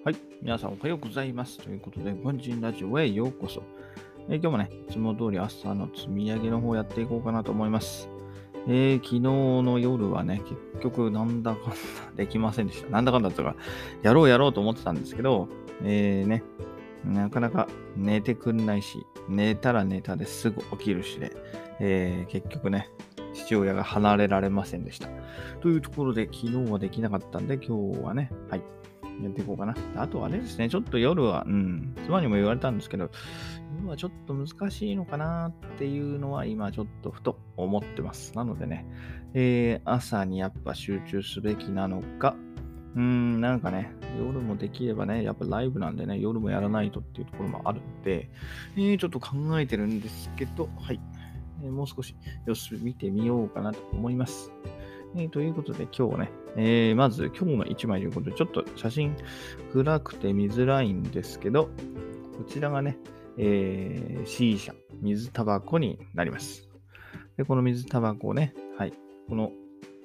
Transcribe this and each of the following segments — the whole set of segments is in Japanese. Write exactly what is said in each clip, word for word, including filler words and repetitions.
はい。皆さんおはようございます。ということで、凡人ラジオへようこそ。えー今日もね、いつも通り朝の積み上げの方やっていこうかなと思います。えー昨日の夜はね、結局なんだかんだできませんでした。なんだかんだとか、やろうやろうと思ってたんですけど、えーね、なかなか寝てくんないし、寝たら寝たですぐ起きるしで、えー結局ね、父親が離れられませんでした。というところで、昨日はできなかったんで、今日はね、はい、やっていこうかな。あとあれですね、ちょっと夜は、うん、妻にも言われたんですけど、夜はちょっと難しいのかなっていうのは今ちょっとふと思ってます。なのでね、えー朝にやっぱ集中すべきなのか、うーん、なんかね、夜もできればね、やっぱライブなんでね、夜もやらないとっていうところもあるんで、えーちょっと考えてるんですけど、はい。えーもう少し様子見てみようかなと思います。えーということで今日はね、えーまず今日のいちまいということで、ちょっと写真暗くて見づらいんですけど、こちらがね、えー、C 社、水タバコになります。で、この水タバコをね、はい、この、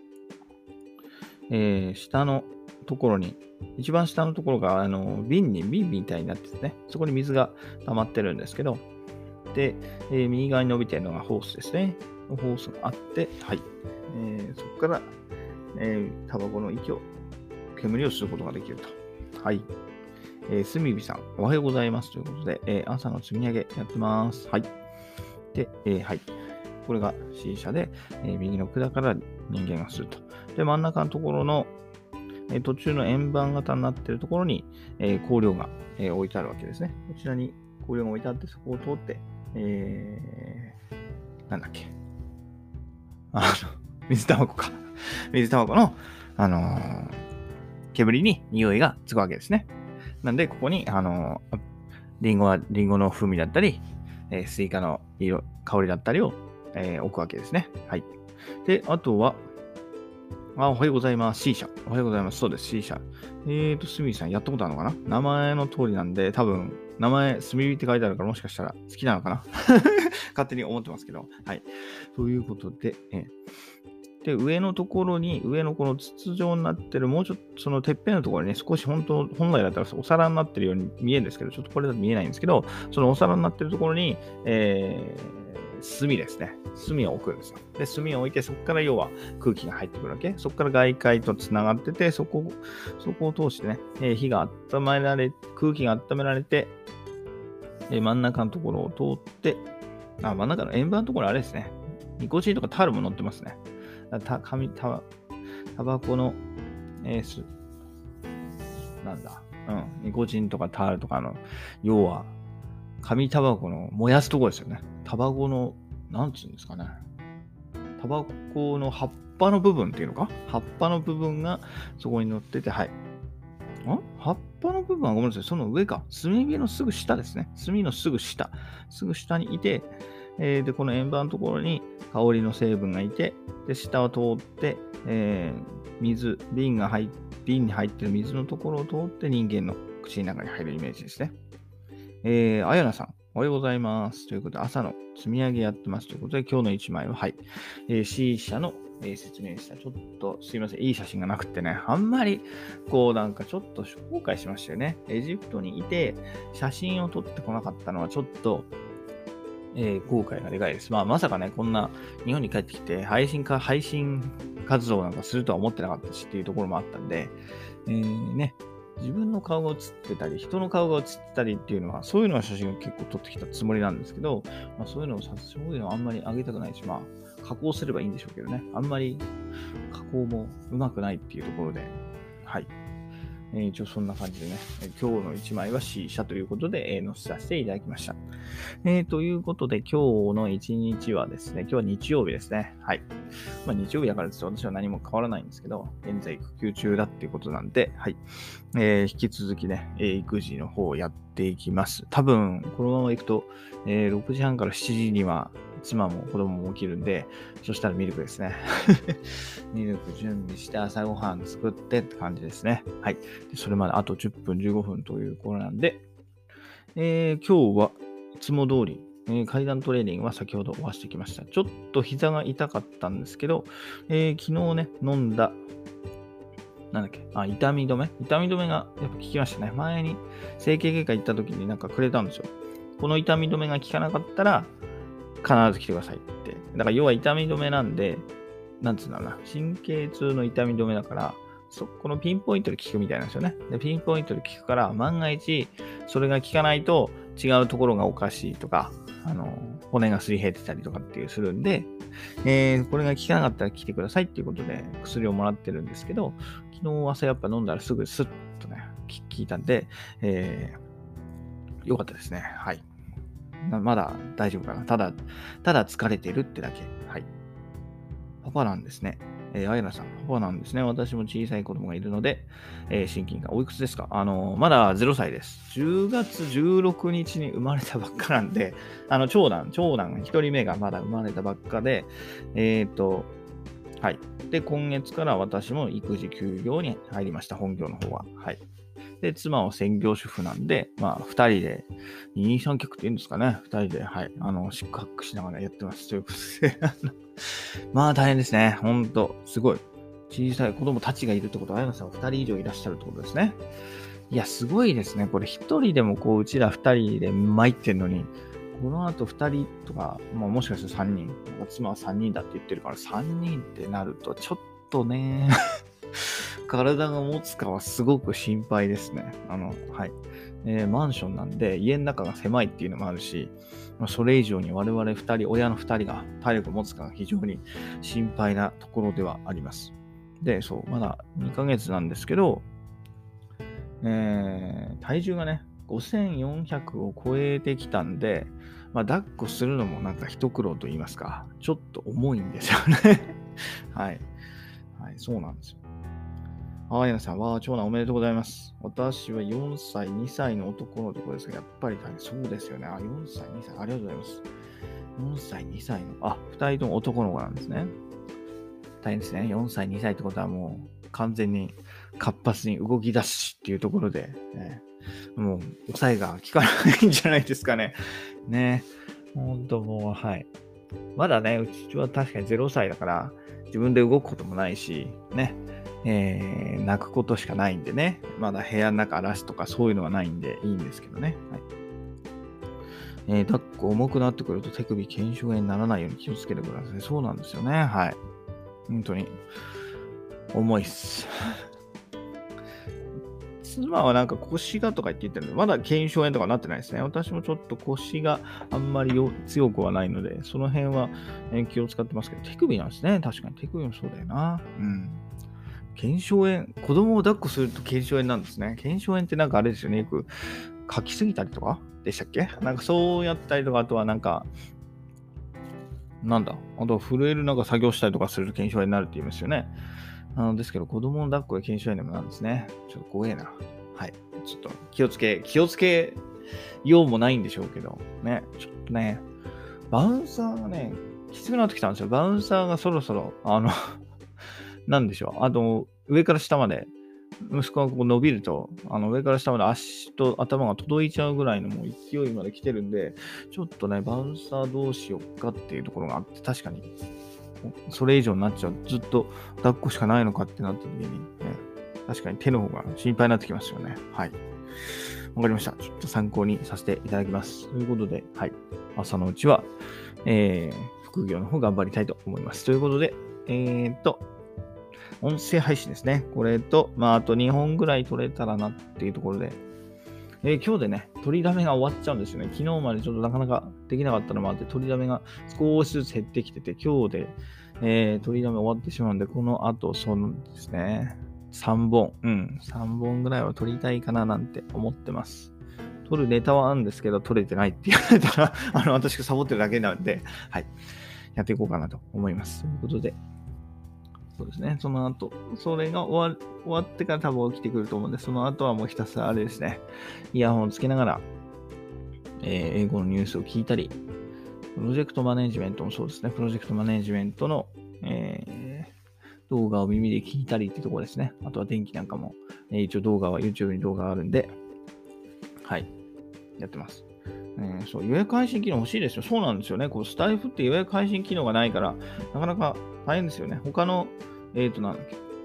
えー下のところに、一番下のところが、あの、瓶に、瓶みたいになっててね、そこに水が溜まってるんですけど、で、えー右側に伸びてるのがホースですね。ホースがあって、はい。えーそこから、えータバコの息を、煙を吸うことができると。はい。えー、すみびさん、おはようございます。ということで、えー朝の積み上げやってます。はい。で、えーはい。これが C 社で、えー右の管から人間が吸うと。で、真ん中のところの、えー途中の円盤型になっているところに、えー香料が、えー置いてあるわけですね。こちらに香料が置いてあって、そこを通って、えー、なんだっけ。あの、水タバコか。水タバコの、あのー煙に匂いがつくわけですね。なんで、ここに、あのーリンゴは、リンゴの風味だったり、えースイカの色、香りだったりを、えー置くわけですね。はい。で、あとは、あ、おはようございます。C 社。おはようございます。そうです、C 社。えーと、すみさん、やったことあるのかな。名前の通りなんで、多分、名前、すみびって書いてあるから、もしかしたら好きなのかな勝手に思ってますけど。はい。ということで、えーで、上のところに、上のこの筒状になってる、もうちょっと、そのてっぺんのところにね、少し本当、本来だったらお皿になってるように見えるんですけど、ちょっとこれだと見えないんですけど、そのお皿になってるところに、えー、炭ですね。炭を置くんですよ。で、炭を置いて、そこから要は空気が入ってくるわけ。そこから外界とつながってて、そこ、そこを通してね、えー火が温められ、空気が温められて、えー真ん中のところを通って、あ、真ん中の円盤のところあれですね。ニコチンとかタールも乗ってますね。た、紙、た、タバコの、えーす、なんだ、うん、ニコチンとかタールとかの、要は、紙タバコの燃やすところですよね。タバコの、なんつうんですかね。タバコの葉っぱの部分っていうのか葉っぱの部分がそこに乗ってて、はい。ん葉っぱの部分はごめんなさい。その上か。炭火のすぐ下ですね。炭のすぐ下。すぐ下にいて、えーで、この円盤のところに香りの成分がいて、で、下を通って、えー水、瓶が入っ、瓶に入ってる水のところを通って人間の口の中に入るイメージですね。えー、あやなさん、おはようございます。ということで、朝の積み上げやってますということで、今日のいちまいは、はい、えー C 社の、えー説明でした。ちょっとすいません、いい写真がなくってね、あんまり、こうなんかちょっと後悔しましたよね。エジプトにいて、写真を撮ってこなかったのはちょっと、えー後悔がでかいです。まあ、まさかね、こんな日本に帰ってきて、配信か、配信活動なんかするとは思ってなかったしっていうところもあったんで、えーね、自分の顔が写ってたり、人の顔が写ってたりっていうのは、そういうのは写真を結構撮ってきたつもりなんですけど、まあ、そういうのをさ、そういうのはあんまり上げたくないし、まあ、加工すればいいんでしょうけどね、あんまり加工もうまくないっていうところで、はい。えー一応そんな感じでね、えー今日のいちまいは C 社ということで、えー載せさせていただきました。えーということで、今日のいちにちはですね、今日は日曜日ですね。はい。まあ、日曜日だからですと私は何も変わらないんですけど、現在育休中だっていうことなんで、はい。えー引き続きね、えー育児の方をやっていきます。多分、このまま行くと、えーろくじはんからしちじには妻も子供も起きるんで、そしたらミルクですね。ミルク準備して朝ごはん作ってって感じですね。はい。でそれまであとじゅっぷん、じゅうごふんという頃なんで、えー今日はいつも通り、えー階段トレーニングは先ほど終わしてきました。ちょっと膝が痛かったんですけど、えー昨日ね、飲んだなんだっけ、あ、痛み止め痛み止めがやっぱ効きましたね。前に整形外科行った時になんかくれたんですよ。この痛み止めが効かなかったら、必ず来てくださいって。だから要は痛み止めなんで、なんつうんだろうな、神経痛の痛み止めだから、そこのピンポイントで効くみたいなんですよね。で、ピンポイントで効くから、万が一、それが効かないと違うところがおかしいとか、あの、骨がすり減ってたりとかっていうするんで、えー、これが効かなかったら来てくださいっていうことで薬をもらってるんですけど、昨日朝やっぱ飲んだらすぐスッとね、効いたんで、えー、よかったですね。はい。まだ大丈夫かな。ただ、ただ疲れてるってだけ。はい。パパなんですね。えー、あやなさん、パパなんですね。私も小さい子供がいるので、えー、親近感。おいくつですか？あのー、まだゼロさいです。じゅうがつじゅうろくにちに生まれたばっかなんで、あの、長男、長男、一人目がまだ生まれたばっかで、えっと、はい。で、今月から私も育児休業に入りました。本業の方は。はい。で、妻は専業主婦なんで、まあ、二人で、二三脚って言うんですかね。二人で、はい。あの、宿泊しながらやってます。ということで。まあ、大変ですね。ほんと、すごい。小さい子供たちがいるってことは、あやなさんは二人以上いらっしゃるってことですね。いや、すごいですね。これ一人でもこう、うちら二人で参ってんのに、この後二人とか、まあ、もしかして三人、妻は三人だって言ってるから、三人ってなると、ちょっとね、体が持つかはすごく心配ですね。あの、はい。えー、マンションなんで、家の中が狭いっていうのもあるし、まあ、それ以上に我々二人、親の二人が体力を持つかが非常に心配なところではあります。で、そう、まだにかげつなんですけど、えー、体重がね、ごせんよんひゃくを超えてきたんで、まあ、抱っこするのもなんか一苦労と言いますか、ちょっと重いんですよね。はい。はい、そうなんですよ。あやなさん、わあ、長男おめでとうございます。私はよんさい、にさいの男のところですが、やっぱり大変そうですよね。あ、よんさい、にさい、ありがとうございます。よんさい、にさいの、あ、ふたりとも男の子なんですね。大変ですね。よんさい、にさいってことはもう完全に活発に動き出すっていうところで、ね、もう抑えが効かないんじゃないですかね。ね。ほんともう、はい。まだね、うちは確かにゼロさいだから、自分で動くこともないし、ね。えー、泣くことしかないんでね。まだ部屋の中荒らすとかそういうのはないんでいいんですけどね。はい。えー、抱っこ重くなってくると手首腱鞘炎にならないように気をつけてください。そうなんですよね。はい。本当に。重いっす。妻はなんか腰がとか言って言ってるので、まだ腱鞘炎とかなってないですね。私もちょっと腰があんまりよ強くはないので、その辺は気を使ってますけど、手首なんですね。確かに手首もそうだよな。うん。腱鞘炎、子供を抱っこすると腱鞘炎なんですね。腱鞘炎ってなんかあれですよね。よく書きすぎたりとかでしたっけ？なんかそうやったりとか、あとはなんか、なんだ、あと震えるなんか作業したりとかすると腱鞘炎になるって言いますよね。あのですけど、子供の抱っこで腱鞘炎でもなんですね。ちょっと怖えな。はい。ちょっと気をつけ、気をつけようもないんでしょうけど、ね。ちょっとね、バウンサーがね、きつくなってきたんですよ。バウンサーがそろそろ、あの、なんでしょう。あの、上から下まで、息子がこう伸びると、あの上から下まで足と頭が届いちゃうぐらいのもう勢いまで来てるんで、ちょっとね、バウンサーどうしよっかっていうところがあって、確かに、それ以上になっちゃう。ずっと抱っこしかないのかってなった時に、ね、確かに手の方が心配になってきますよね。はい。わかりました。ちょっと参考にさせていただきます。ということで、はい。朝のうちは、えー、副業の方頑張りたいと思います。ということで、えーっと、音声配信ですね。これと、まあ、あとにほんぐらい撮れたらなっていうところで、えー、今日でね、取りだめが終わっちゃうんですよね。昨日までちょっとなかなかできなかったのもあって、取りだめが少しずつ減ってきてて、今日で、えー、取りだめ終わってしまうんで、この後、そのですね、さんぼん、うん、さんぼんぐらいは撮りたいかななんて思ってます。撮るネタはあるんですけど、撮れてないって言われたら、あの、私がサボってるだけなんで、はい、やっていこうかなと思います。ということで、そうですね。その後、それが終わ終わってから多分起きてくると思うんで、その後はもうひたすらあれですね。イヤホンをつけながら、えー、英語のニュースを聞いたり、プロジェクトマネジメントもそうですね。プロジェクトマネジメントの、えー、動画を耳で聞いたりってところですね。あとは電気なんかも、えー、一応動画は YouTube に動画があるんで、はい、やってます。えー、そう予約配信機能欲しいですよ。そうなんですよね。こうスタイフって予約配信機能がないから、なかなか大変ですよね。他の、えっ、ー、と、なんだっけ。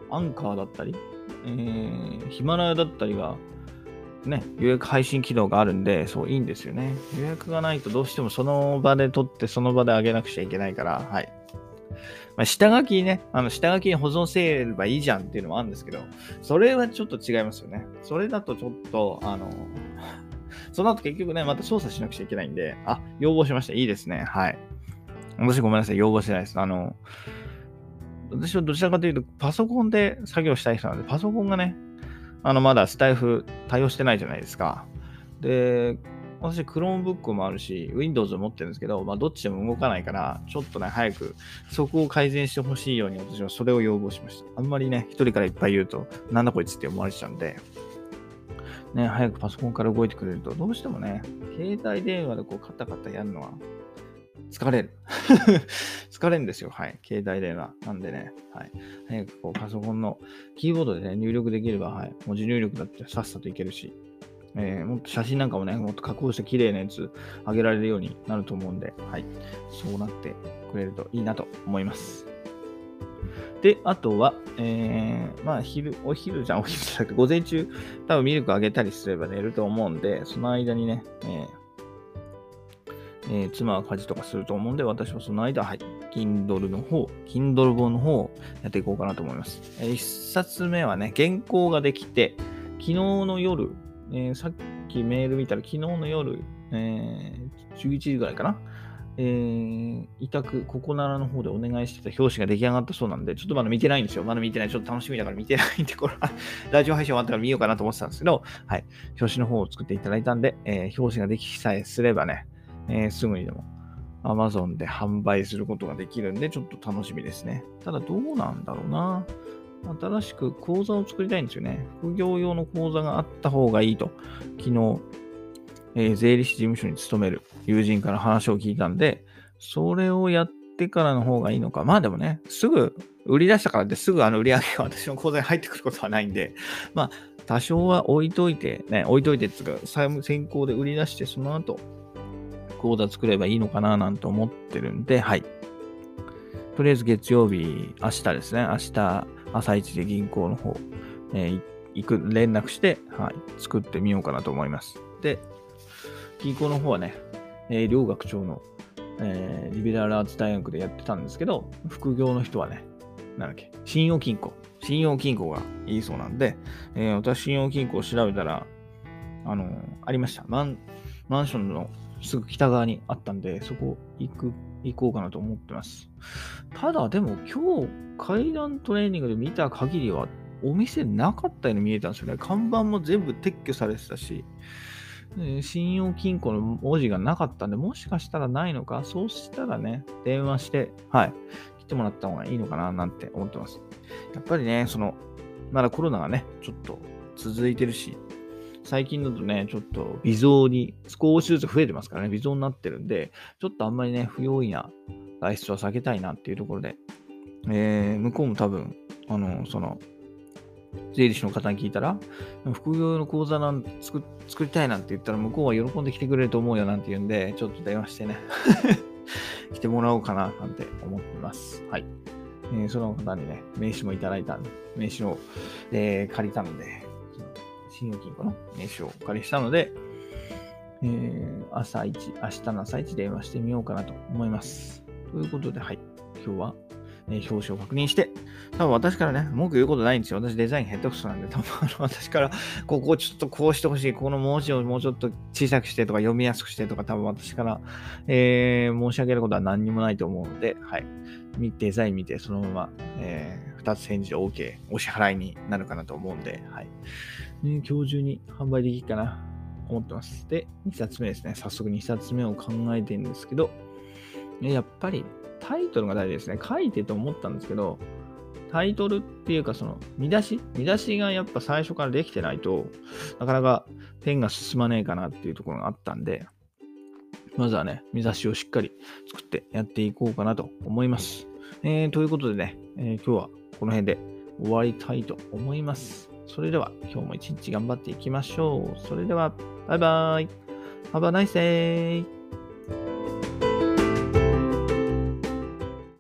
アンカーだったり、えー、ヒマラヤだったりが、ね、予約配信機能があるんで、そういいんですよね。予約がないとどうしてもその場で撮ってその場で上げなくちゃいけないから、はい。まあ、下書きね、あの下書きに保存せればいいじゃんっていうのもあるんですけど、それはちょっと違いますよね。それだとちょっと、あの、その後結局ね、また操作しなくちゃいけないんで、あ、要望しました。いいですね。はい。私ごめんなさい。要望してないです。あの、私はどちらかというと、パソコンで作業したい人なんで、パソコンがね、あの、まだスタイフ対応してないじゃないですか。で、私、Chromebook もあるし、Windows を持ってるんですけど、まあ、どっちでも動かないから、ちょっとね、早く、そこを改善してほしいように、私はそれを要望しました。あんまりね、一人からいっぱい言うと、なんだこいつって思われちゃうんで、ね、早くパソコンから動いてくれると、どうしてもね、携帯電話でこう、カタカタやるのは、疲れる。疲れるんですよ。はい。携帯電話。なんでね、はい。早くこうパソコンのキーボードでね、入力できれば、はい。文字入力だってさっさといけるし、えー、もっと写真なんかもね、もっと加工して綺麗なやつ上げられるようになると思うんで、はい。そうなってくれるといいなと思います。で、あとは、えー、まあ、昼、お昼じゃん、お昼じゃなくて、午前中、多分ミルクあげたりすれば寝ると思うんで、その間にね、えーえー、妻は家事とかすると思うんで、私はその間、はい、Kindle の方、Kindle 本の方をやっていこうかなと思います。えー、一冊目はね、原稿ができて、昨日の夜、えー、さっきメール見たら昨日の夜、えー、じゅういちじぐらいかな、えー、委託、ココナラの方でお願いしてた表紙が出来上がったそうなんで、ちょっとまだ見てないんですよ。まだ見てない。ちょっと楽しみだから見てないんで、これはラジオ配信終わったから見ようかなと思ってたんですけど、はい、表紙の方を作っていただいたんで、えー、表紙ができさえすればね、えー、すぐにでも Amazon で販売することができるんで、ちょっと楽しみですね。ただどうなんだろうな。新しく講座を作りたいんですよね。副業用の講座があった方がいいと、昨日、えー、税理士事務所に勤める友人から話を聞いたんで、それをやってからの方がいいのか。まあでもね、すぐ売り出したからってすぐあの売り上げが私の口座に入ってくることはないんで、まあ多少は置いといて、ね、置いといてっていうか、先行で売り出して、その後、講座作ればいいのかななんて思ってるんで、はい。とりあえず月曜日、明日ですね。明日、朝一で銀行の方、えー、行く、連絡して、はい、作ってみようかなと思います。で、銀行の方はね、えー、両学長の、えー、リベラルアーツ大学でやってたんですけど、副業の人はね、なんだっけ、信用金庫。信用金庫がいいそうなんで、えー、私、信用金庫を調べたら、あのー、ありました。マン、マンションのすぐ北側にあったんで、そこ行く、行こうかなと思ってます。ただ、でも今日、階段トレーニングで見た限りは、お店なかったように見えたんですよね。看板も全部撤去されてたし、えー、信用金庫の文字がなかったんで、もしかしたらないのか、そうしたらね、電話して、はい、来てもらった方がいいのかな、なんて思ってます。やっぱりね、その、まだコロナがね、ちょっと続いてるし、最近だとね、ちょっと微増に少しずつ増えてますからね、微増になってるんで、ちょっとあんまりね、不用意な外出は避けたいなっていうところで、えー、向こうも多分、あの、その、税理士の方に聞いたら、副業の講座なん作作りたいなんて言ったら、向こうは喜んで来てくれると思うよなんて言うんで、ちょっと電話してね、来てもらおうかななんて思ってます。はい。えー、その方にね、名刺もいただいたんで、名刺を、えー、借りたので、信用金庫の名刺をお借りしたので、えー、朝一、明日の朝一電話してみようかなと思います。ということで、はい。今日は、えー、表紙を確認して、多分私からね、文句言うことないんですよ。私デザイン下手くそなんで、多分あの私から、ここちょっとこうしてほしい、この文字をもうちょっと小さくしてとか読みやすくしてとか、多分私から、えー、申し上げることは何にもないと思うので、はい。デザイン見て、そのまま、えー、ふたつ返事で OK、お支払いになるかなと思うんで、はい。ね、今日中に販売できるかな、思ってます。で、にさつめですね。早速にさつめを考えてるんですけど、やっぱりタイトルが大事ですね。書いてと思ったんですけど、タイトルっていうかその見出し見出しがやっぱ最初からできてないと、なかなかペンが進まねえかなっていうところがあったんで、まずはね、見出しをしっかり作ってやっていこうかなと思います。えー、ということでね、えー、今日はこの辺で終わりたいと思います。それでは今日も一日頑張っていきましょう。それでは、バイバイ。Have a nice day.